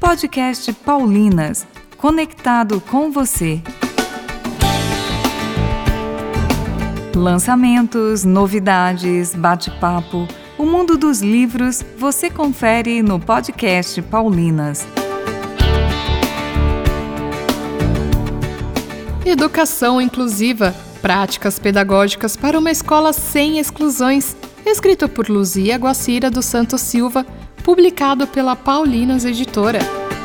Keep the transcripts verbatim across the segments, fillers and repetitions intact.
Podcast Paulinas, conectado com você. Lançamentos, novidades, bate-papo, o mundo dos livros você confere no Podcast Paulinas. Educação inclusiva, práticas pedagógicas para uma escola sem exclusões, escrito por Luzia Guacira dos Santos Silva, publicado pela Paulinas Editora.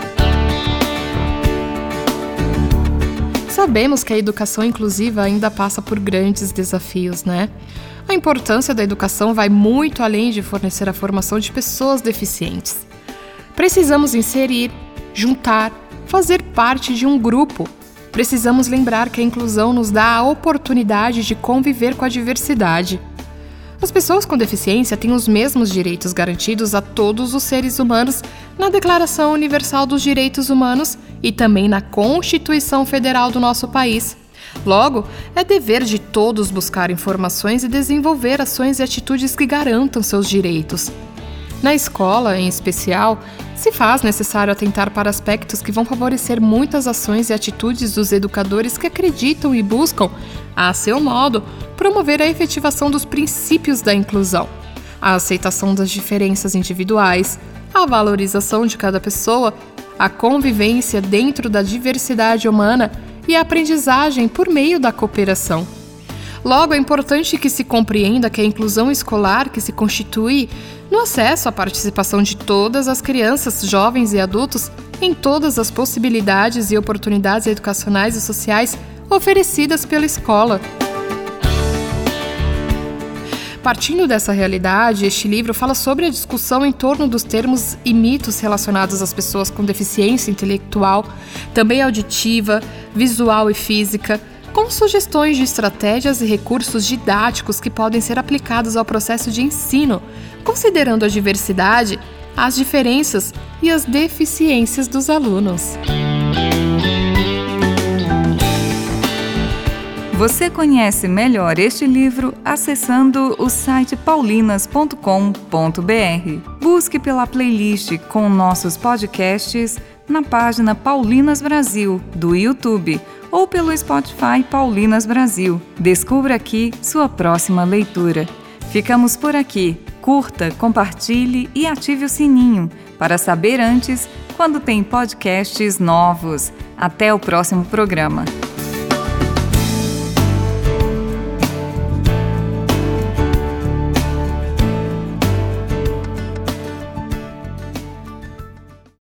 Sabemos que a educação inclusiva ainda passa por grandes desafios, né? A importância da educação vai muito além de fornecer a formação de pessoas deficientes. Precisamos inserir, juntar, fazer parte de um grupo. Precisamos lembrar que a inclusão nos dá a oportunidade de conviver com a diversidade. As pessoas com deficiência têm os mesmos direitos garantidos a todos os seres humanos na Declaração Universal dos Direitos Humanos e também na Constituição Federal do nosso país. Logo, é dever de todos buscar informações e desenvolver ações e atitudes que garantam seus direitos. Na escola, em especial, se faz necessário atentar para aspectos que vão favorecer muitas ações e atitudes dos educadores que acreditam e buscam, a seu modo, promover a efetivação dos princípios da inclusão, a aceitação das diferenças individuais, a valorização de cada pessoa, a convivência dentro da diversidade humana e a aprendizagem por meio da cooperação. Logo, é importante que se compreenda que a inclusão escolar que se constitui no acesso à participação de todas as crianças, jovens e adultos em todas as possibilidades e oportunidades educacionais e sociais oferecidas pela escola. Partindo dessa realidade, este livro fala sobre a discussão em torno dos termos e mitos relacionados às pessoas com deficiência intelectual, também auditiva, visual e física, com sugestões de estratégias e recursos didáticos que podem ser aplicados ao processo de ensino, considerando a diversidade, as diferenças e as deficiências dos alunos. Você conhece melhor este livro acessando o site paulinas ponto com ponto b r. Busque pela playlist com nossos podcasts na página Paulinas Brasil do YouTube ou pelo Spotify Paulinas Brasil. Descubra aqui sua próxima leitura. Ficamos por aqui. Curta, compartilhe e ative o sininho para saber antes quando tem podcasts novos. Até o próximo programa.